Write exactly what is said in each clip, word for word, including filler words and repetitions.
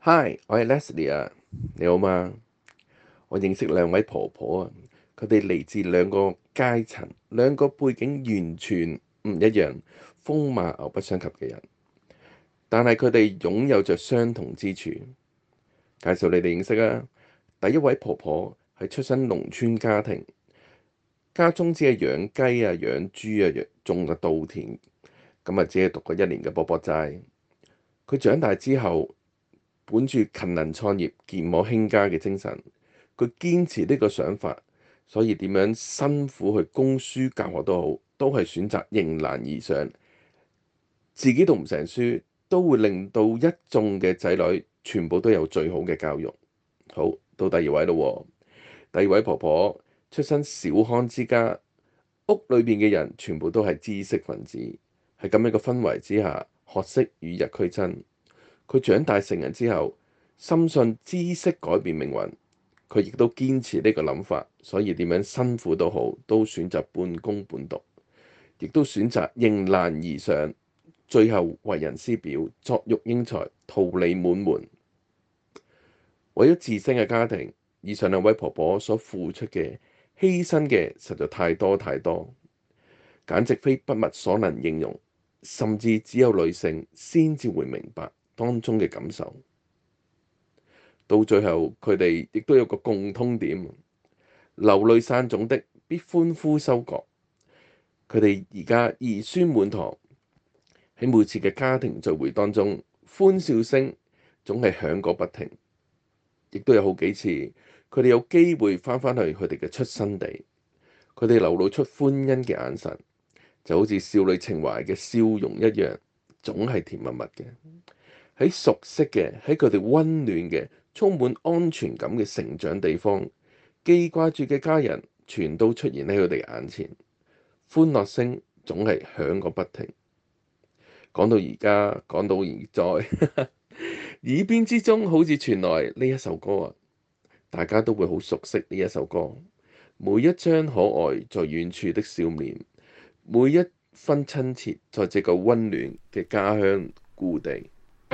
Hi，我係 Leslie 啊，你好嘛？我認識兩位婆婆啊，佢哋嚟自兩個階層，兩個背景完全唔一樣，風馬牛不相及嘅人，但係佢哋擁有着相同之處。介紹你哋認識啊。第一位婆婆係出身農村家庭，家中只係養雞啊、養豬啊、養種個稻田，咁啊只係讀過一年嘅卜卜齋。佢長大之後，本住勤能創業、健忘興家嘅精神，佢堅持呢個想法，所以點樣辛苦去供書教學都好，都係選擇迎難而上。自己讀唔成書，都會令到一眾嘅仔女全部都有最好嘅教育。好，到第二位咯。第二位婆婆出身小康之家，屋裏邊嘅人全部都係知識分子，喺咁樣嘅氛圍之下，學識與日俱增。佢長大成人之後，深信知識改變命運，佢亦都堅持呢個諗法，所以點樣辛苦都好，都選擇半工半讀，亦都選擇迎難而上，最後為人師表，作育英才，桃李滿門。為咗自身嘅家庭，以上兩位婆婆所付出嘅犧牲嘅實在太多太多，簡直非筆墨所能形容，甚至只有女性先至會明白當中嘅感受。到最後，佢哋亦都有個共通點：流淚散種的，必歡呼收割。佢哋而家兒孫滿堂，喺每次嘅家庭聚會當中，歡笑聲總係響個不停。亦都有好幾次，佢哋有機會返返去佢哋嘅出生地，佢哋流露出歡欣嘅眼神，就好似少女情懷嘅笑容一樣，總係甜蜜蜜嘅。喺熟悉嘅，喺佢哋溫暖嘅、充滿安全感嘅成長地方，記掛住嘅家人全都出現喺佢哋眼前，歡樂聲總係響個不停。講到而家，講到現在，耳邊之中好似傳來呢一首歌啊，大家都會好熟悉呢一首歌。每一張可愛在遠處的笑面，每一分親切在這個溫暖嘅家鄉故地。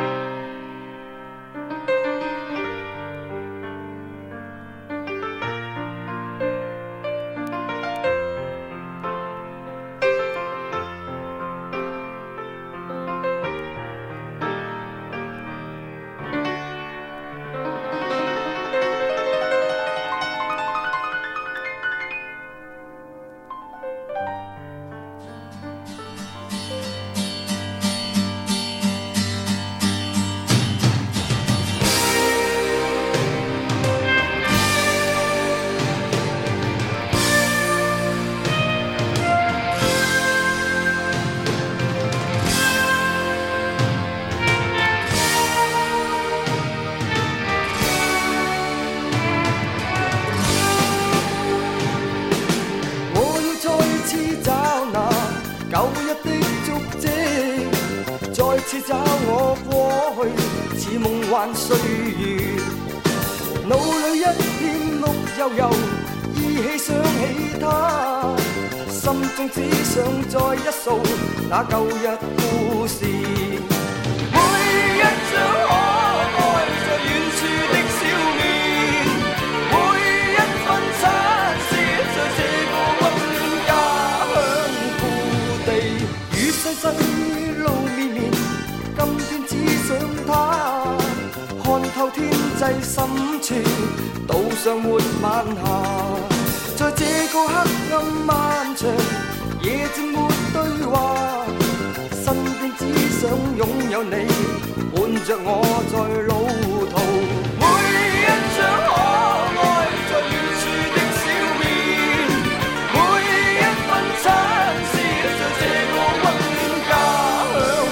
似找我過去，似夢幻歲月，腦裏一片綠油油，依稀想起他，心中只想再一掃那舊日故事。每一張可愛在遠處的笑面，每一分親切在這個溫暖家鄉故地，與世世路綿綿。今天只想他看透天際深處，島上沒晚霞，在這個黑暗漫長，夜靜沒對話，身邊只想擁有你，伴着我在路途。每一張可愛在遠處的笑面，每一分親切在這個溫暖家鄉。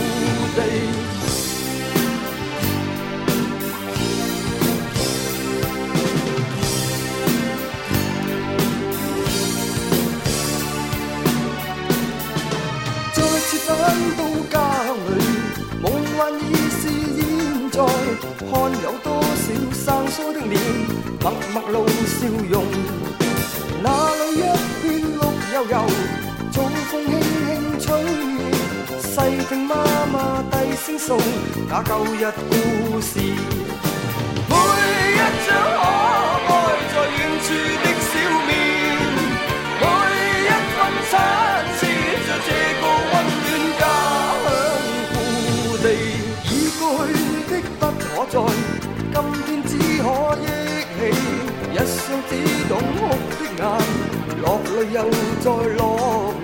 再次返到家鄉裏，夢幻已是現在，看有多少生疏的臉，默默露笑容。那裏一片綠油油，早風輕輕吹，細聽媽媽低聲訴那舊日故事。每一張可愛在遠處的笑面，每一分親切在這個溫暖家鄉故地。已過去的不可再，今天只可憶起，一雙只懂哭的眼，落淚又再落。